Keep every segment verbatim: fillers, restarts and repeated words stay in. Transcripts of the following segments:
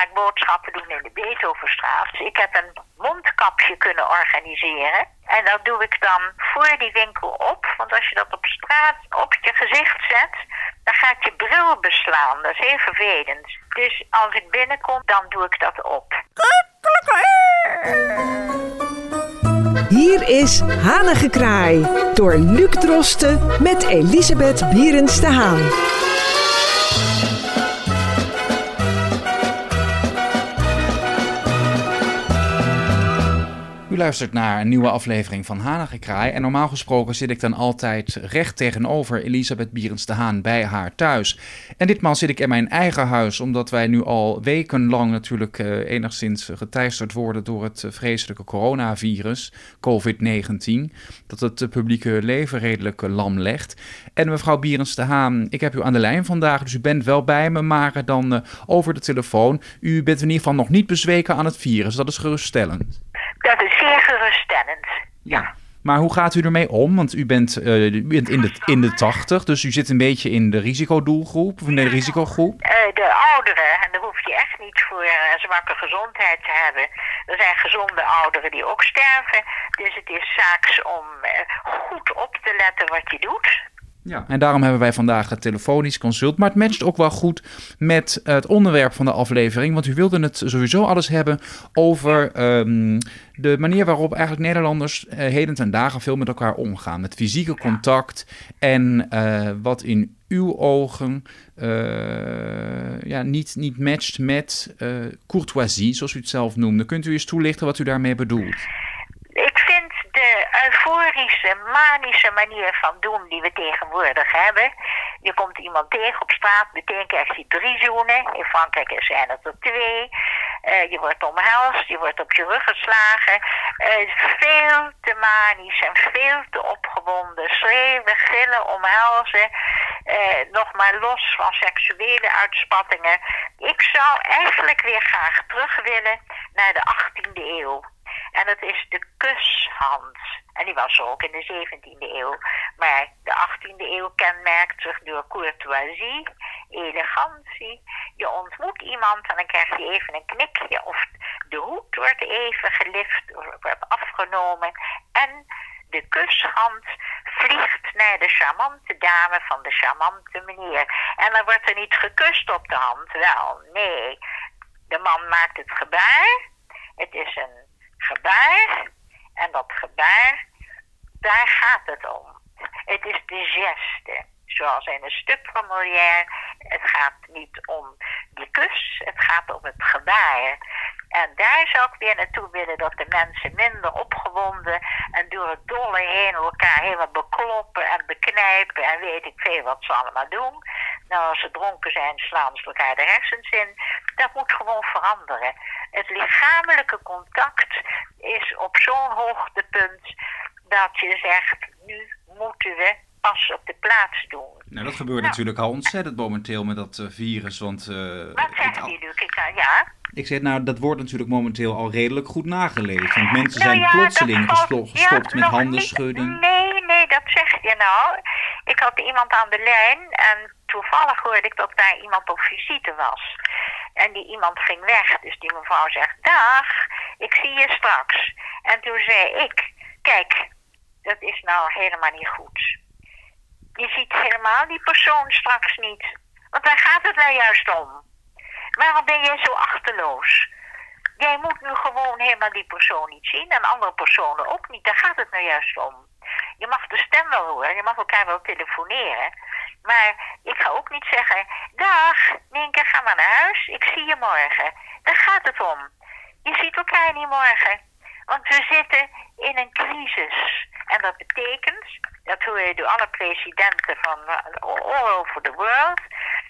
ik boodschappen doen in de Beethovenstraat. Dus ik heb een mondkapje kunnen organiseren. En dat doe ik dan voor die winkel op. Want als je dat op straat op je gezicht zet, dan gaat je bril beslaan. Dat is heel vervelend. Dus als ik binnenkom, dan doe ik dat op. Hier is Hanengekraai door Luc Drosten met Elisabeth Bierens de Haan. U luistert naar een nieuwe aflevering van Hanengekraai. En normaal gesproken zit ik dan altijd recht tegenover Elisabeth Bierens de Haan bij haar thuis. En ditmaal zit ik in mijn eigen huis, omdat wij nu al wekenlang natuurlijk uh, enigszins geteisterd worden door het uh, vreselijke coronavirus, covid negentien. Dat het uh, publieke leven redelijk uh, lam legt. En mevrouw Bierens de Haan, ik heb u aan de lijn vandaag, dus u bent wel bij me, maar dan uh, over de telefoon. U bent in ieder geval nog niet bezweken aan het virus, dat is geruststellend. Dat is zeer geruststellend. Ja, maar hoe gaat u ermee om? Want u bent, uh, u bent in, de, in de tachtig, dus u zit een beetje in de risicodoelgroep, of in de risicogroep. Uh, de ouderen, en daar hoef je echt niet voor uh, zwakke gezondheid te hebben. Er zijn gezonde ouderen die ook sterven. Dus het is zaaks om uh, goed op te letten wat je doet. Ja, en daarom hebben wij vandaag het telefonisch consult. Maar het matcht ook wel goed met het onderwerp van de aflevering. Want u wilde het sowieso alles hebben over um, de manier waarop eigenlijk Nederlanders uh, heden ten dagen veel met elkaar omgaan. Met fysieke contact en uh, wat in uw ogen uh, ja, niet, niet matcht met uh, courtoisie, zoals u het zelf noemde. Kunt u eens toelichten wat u daarmee bedoelt? Ik vind de euforische, manische manier van doen die we tegenwoordig hebben. Je komt iemand tegen op straat, meteen krijg je drie zoenen. In Frankrijk zijn het er twee. Uh, je wordt omhelst, je wordt op je rug geslagen. Uh, veel te manisch en veel te opgewonden. Schreeuwen, gillen, omhelzen. Uh, nog maar los van seksuele uitspattingen. Ik zou eigenlijk weer graag terug willen naar de achttiende eeuw. En dat is de kushand. En die was er ook in de zeventiende eeuw. Maar de achttiende eeuw kenmerkt zich door courtoisie, elegantie. Je ontmoet iemand en dan krijg je even een knikje. Of de hoed wordt even gelift of wordt afgenomen. En de kushand vliegt naar de charmante dame van de charmante meneer. En dan wordt er niet gekust op de hand. Wel, nee. De man maakt het gebaar. Het is een gebaar. En dat gebaar, daar gaat het om. Het is de geste. Zoals in een stuk van Molière. Het gaat niet om die kus. Het gaat om het gebaar. En daar zou ik weer naartoe willen dat de mensen minder opgewonden en door het dolle heen elkaar helemaal bekloppen en beknijpen en weet ik veel wat ze allemaal doen. Nou, als ze dronken zijn, slaan ze elkaar de hersens in. Dat moet gewoon veranderen. Het lichamelijke contact is op zo'n hoogtepunt dat je zegt, nu moeten we pas op de plaats doen. Nou, dat gebeurt nou, natuurlijk al ontzettend momenteel met dat uh, virus, want... Uh, wat zegt al... u, Luc? Ik, uh, ja? Ik zeg, nou, dat wordt natuurlijk momenteel al redelijk goed nageleefd. Want mensen nou zijn ja, plotseling gesto- gestopt ja, met handen niet, schudden. Nee, nee, dat zeg je nou. Ik had iemand aan de lijn en toevallig hoorde ik dat daar iemand op visite was. En die iemand ging weg. Dus die mevrouw zegt, dag, ik zie je straks. En toen zei ik, kijk, dat is nou helemaal niet goed. Je ziet helemaal die persoon straks niet. Want daar gaat het nou juist om. Waarom ben jij zo achterloos? Jij moet nu gewoon helemaal die persoon niet zien en andere personen ook niet. Daar gaat het nou juist om. Je mag de stem wel horen, je mag elkaar wel telefoneren. Maar ik ga ook niet zeggen, dag, Nienke, ga maar naar huis, ik zie je morgen. Daar gaat het om. Je ziet elkaar niet morgen. Want we zitten in een crisis. En dat betekent, dat hoor je door alle presidenten van all over the world,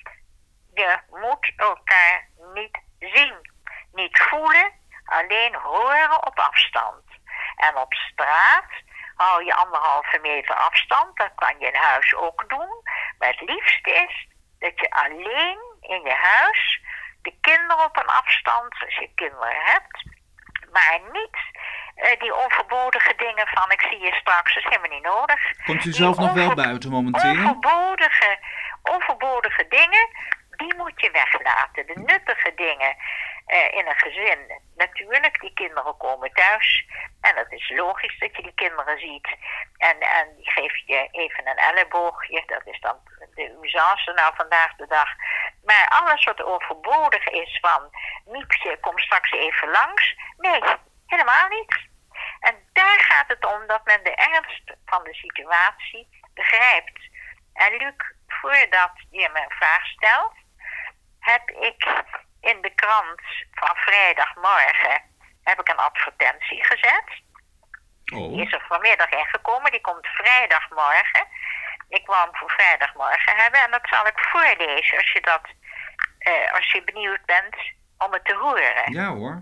je moet elkaar niet zien. Niet voelen, alleen horen op afstand. En op straat hou je anderhalve meter afstand, dat kan je in huis ook doen. Maar het liefste is dat je alleen in je huis de kinderen op een afstand, als je kinderen hebt, maar niet uh, die onverbodige dingen van ik zie je straks, dat is helemaal niet nodig. Komt u zelf die nog onver- wel buiten momenteel? Onverbodige, onverbodige dingen, die moet je weglaten. De nuttige dingen. uh, in een gezin. Natuurlijk, die kinderen komen thuis. En het is logisch dat je die kinderen ziet. En, en die geef je even een elleboogje. Dat is dan de usance nou vandaag de dag. Maar alles wat overbodig is van... Miepje, kom straks even langs. Nee, helemaal niet. En daar gaat het om dat men de ernst van de situatie begrijpt. En Luc, voordat je me een vraag stelt... heb ik in de krant van vrijdagmorgen... heb ik een advertentie gezet. Oh. Die is er vanmiddag ingekomen. Die komt vrijdagmorgen. Ik wou hem voor vrijdagmorgen hebben. En dat zal ik voorlezen als je, dat, uh, als je benieuwd bent om het te horen. Ja hoor.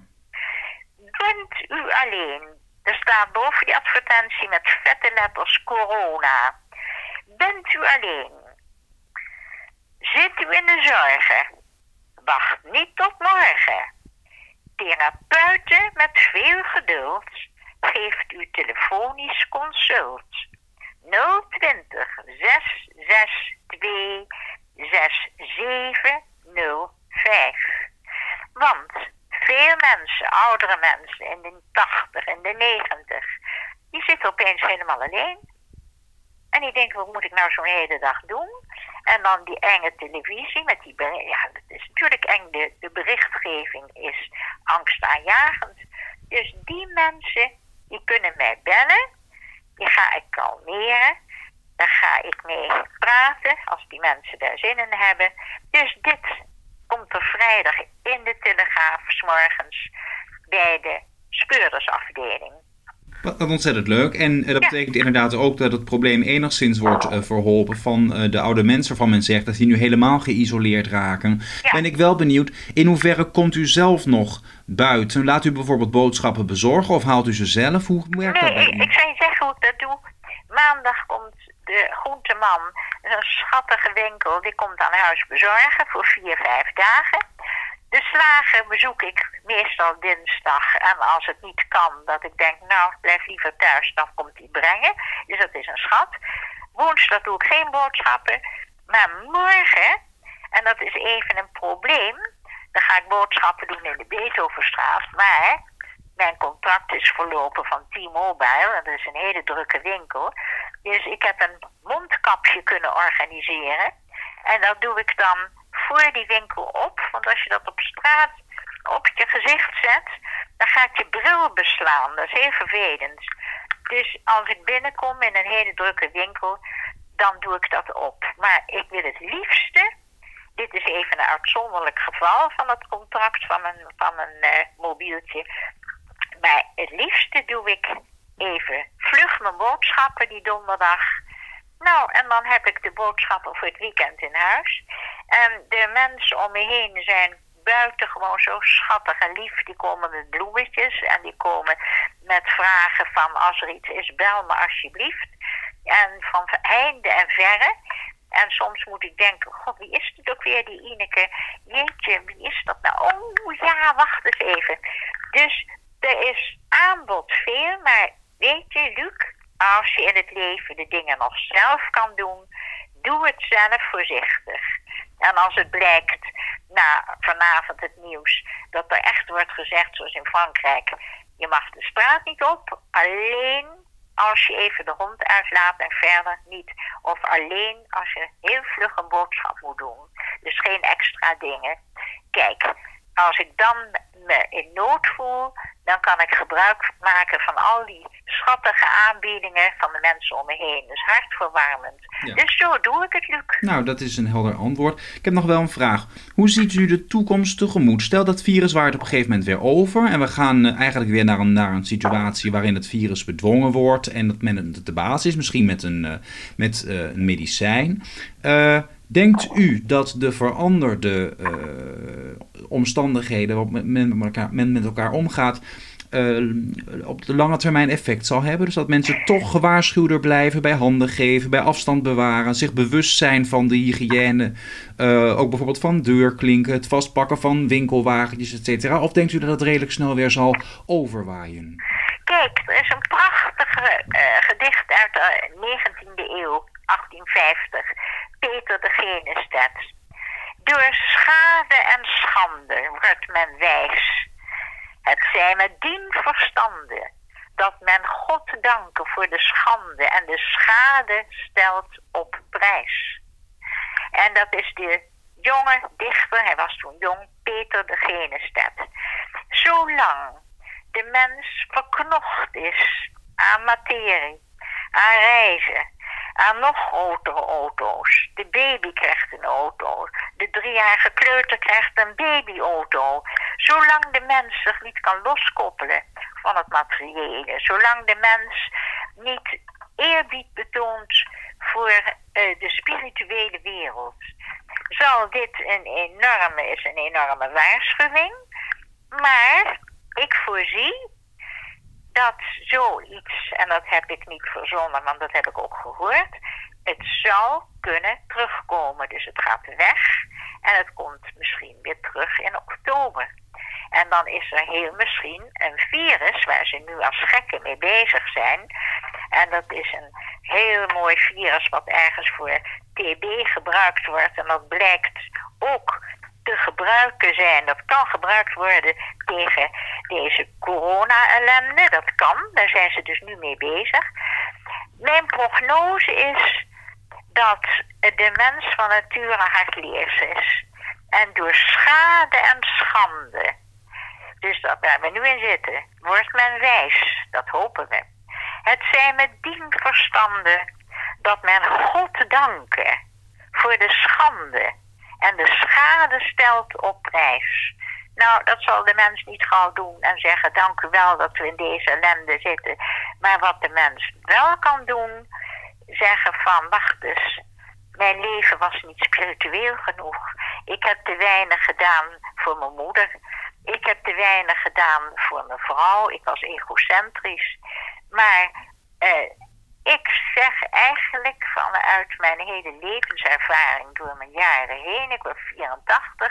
Bent u alleen... Er staat boven die advertentie met vette letters corona. Bent u alleen? Zit u in de zorgen? Wacht niet tot morgen. Therapeuten met veel geduld geeft u telefonisch consult. nul twintig zes zes twee zes zeven nul vijf. Want veel mensen, oudere mensen in de tachtig en de negentig, die zitten opeens helemaal alleen. En die denken, wat moet ik nou zo'n hele dag doen? En dan die enge televisie met die bericht. Ja, dat is natuurlijk eng. De, de berichtgeving is angstaanjagend. Dus die mensen, die kunnen mij bellen. Die ga ik kalmeren. Daar ga ik mee praten, als die mensen daar zin in hebben. Dus dit komt er vrijdag in de Telegraaf 's morgens bij de speurdersafdeling. Wat ontzettend leuk. En uh, dat ja. betekent inderdaad ook dat het probleem enigszins wordt uh, verholpen van uh, de oude mensen waarvan men zegt dat die nu helemaal geïsoleerd raken. Ja. Ben ik wel benieuwd, in hoeverre komt u zelf nog buiten? Laat u bijvoorbeeld boodschappen bezorgen of haalt u ze zelf? Hoe werkt nee, dat bij u? ik, ik zou je zeggen hoe ik dat doe. Maandag komt de groenteman, een schattige winkel, die komt aan huis bezorgen voor vier, vijf dagen. De slager bezoek ik meestal dinsdag. En als het niet kan, dat ik denk, nou, blijf liever thuis, dan komt hij brengen. Dus dat is een schat. Woensdag doe ik geen boodschappen. Maar morgen, en dat is even een probleem, dan ga ik boodschappen doen in de Beethovenstraat. Maar mijn contract is verlopen van T-Mobile, en dat is een hele drukke winkel. Dus ik heb een mondkapje kunnen organiseren. En dat doe ik dan voor die winkel op. Want als je dat op straat op je gezicht zet, dan gaat je bril beslaan. Dat is heel vervelend. Dus als ik binnenkom in een hele drukke winkel, dan doe ik dat op. Maar ik wil het liefste, dit is even een uitzonderlijk geval van het contract van een, van een uh, mobieltje. Maar het liefste doe ik even vlug mijn boodschappen die donderdag. Nou, en dan heb ik de boodschappen voor het weekend in huis. En de mensen om me heen zijn buitengewoon zo schattig en lief. Die komen met bloemetjes en die komen met vragen van als er iets is, bel me alsjeblieft. En van heinde en verre. En soms moet ik denken, god, wie is het ook weer, die Ineke? Jeetje, wie is dat nou? Oh ja, wacht eens even. Dus er is aanbod veel, maar weet je, Luc, als je in het leven de dingen nog zelf kan doen, doe het zelf voorzichtig. En als het blijkt, na vanavond het nieuws, dat er echt wordt gezegd, zoals in Frankrijk, je mag de straat niet op, alleen als je even de hond uitlaat en verder niet. Of alleen als je heel vlug een boodschap moet doen. Dus geen extra dingen. Kijk, als ik dan me in nood voel, dan kan ik gebruik maken van al die schattige aanbiedingen van de mensen om me heen. Dus hartverwarmend. Ja. Dus zo doe ik het, Luc. Nou, dat is een helder antwoord. Ik heb nog wel een vraag. Hoe ziet u de toekomst tegemoet? Stel dat virus waait op een gegeven moment weer over en we gaan eigenlijk weer naar een, naar een situatie waarin het virus bedwongen wordt en dat men het de baas is, misschien met een, uh, met, uh, een medicijn. Uh, Denkt u dat de veranderde uh, omstandigheden waarop men met elkaar, men met elkaar omgaat uh, op de lange termijn effect zal hebben? Dus dat mensen toch gewaarschuwder blijven bij handen geven, bij afstand bewaren, zich bewust zijn van de hygiëne, uh, ook bijvoorbeeld van deurklinken, het vastpakken van winkelwagentjes, et cetera? Of denkt u dat het redelijk snel weer zal overwaaien? Kijk, er is een prachtig uh, gedicht uit de negentiende eeuw, achttienvijftig. Peter de Genestedt. Door schade en schande wordt men wijs. Het zij met dien verstande dat men God danken voor de schande en de schade stelt op prijs. En dat is de jonge dichter, hij was toen jong, Peter de Genestedt. Zolang de mens verknocht is aan materie, aan reizen, aan nog grotere auto's. De baby krijgt een auto. De driejarige kleuter krijgt een babyauto. Zolang de mens zich niet kan loskoppelen van het materiële. Zolang de mens niet eerbied betoont voor uh, de spirituele wereld. Zal dit een enorme, is een enorme waarschuwing. Maar ik voorzie dat zoiets, en dat heb ik niet verzonnen, want dat heb ik ook gehoord, het zou kunnen terugkomen. Dus het gaat weg en het komt misschien weer terug in oktober. En dan is er heel misschien een virus waar ze nu als gekken mee bezig zijn. En dat is een heel mooi virus wat ergens voor T B gebruikt wordt. En dat blijkt ook te gebruiken zijn. Dat kan gebruikt worden tegen deze corona-ellende. Dat kan, daar zijn ze dus nu mee bezig. Mijn prognose is dat de mens van nature hardleers is. En door schade en schande, dus dat waar we nu in zitten, wordt men wijs. Dat hopen we. Het zij met dien verstande dat men God danken voor de schande en de schade stelt op prijs. Nou, dat zal de mens niet gauw doen en zeggen dank u wel dat we in deze ellende zitten. Maar wat de mens wel kan doen, zeggen van wacht eens, mijn leven was niet spiritueel genoeg. Ik heb te weinig gedaan voor mijn moeder. Ik heb te weinig gedaan voor mijn vrouw. Ik was egocentrisch. Maar uh, ik zeg eigenlijk vanuit mijn hele levenservaring door mijn jaren heen, ik word vierentachtig,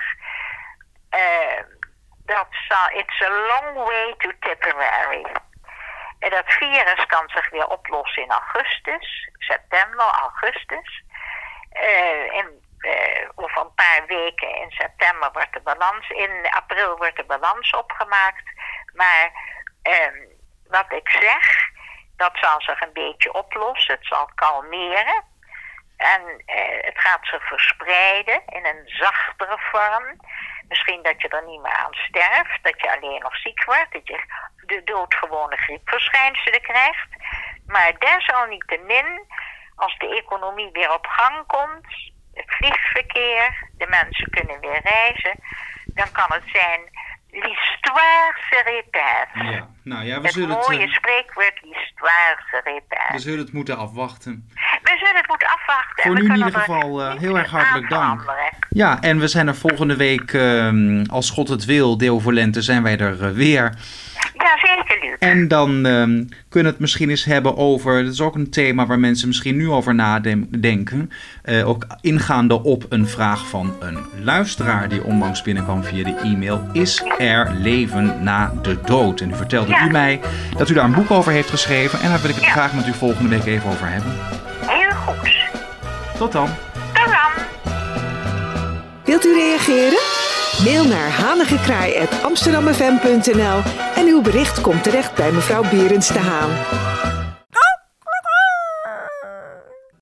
uh, dat it's a long way to Tipperary. En dat virus kan zich weer oplossen in augustus, september, augustus. Uh, in, uh, over een paar weken in september wordt de balans, in april wordt de balans opgemaakt. Maar uh, wat ik zeg, dat zal zich een beetje oplossen, het zal kalmeren. En uh, het gaat zich verspreiden in een zachtere vorm. Misschien dat je er niet meer aan sterft, dat je alleen nog ziek wordt, dat je de doodgewone griepverschijnselen krijgt. Maar desalniettemin, als de economie weer op gang komt, het vliegverkeer, de mensen kunnen weer reizen, dan kan het zijn l'histoire se répète. Ja, nou ja, we het zullen mooie het, uh, spreekwoord l'histoire se répète. we zullen het moeten afwachten. We zullen het moeten afwachten. Voor en nu we in ieder kunnen geval er uh, niet heel erg hartelijk aan dank. veranderen. Ja, en we zijn er volgende week, uh, als God het wil, deel voor lente, zijn wij er uh, weer. Ja, zeker, Luc. En dan um, kunnen we het misschien eens hebben over, dat is ook een thema waar mensen misschien nu over nadenken, uh, ook ingaande op een vraag van een luisteraar die onlangs binnenkwam via de e-mail. Is er leven na de dood? En u vertelde Ja. u mij dat u daar een boek over heeft geschreven en daar wil ik het Ja. graag met u volgende week even over hebben. Heel goed. Tot dan. Tot dan. Wilt u reageren? Mail naar hanigekraai apenstaartje amsterdam f m punt n l en uw bericht komt terecht bij mevrouw Bierens de Haan.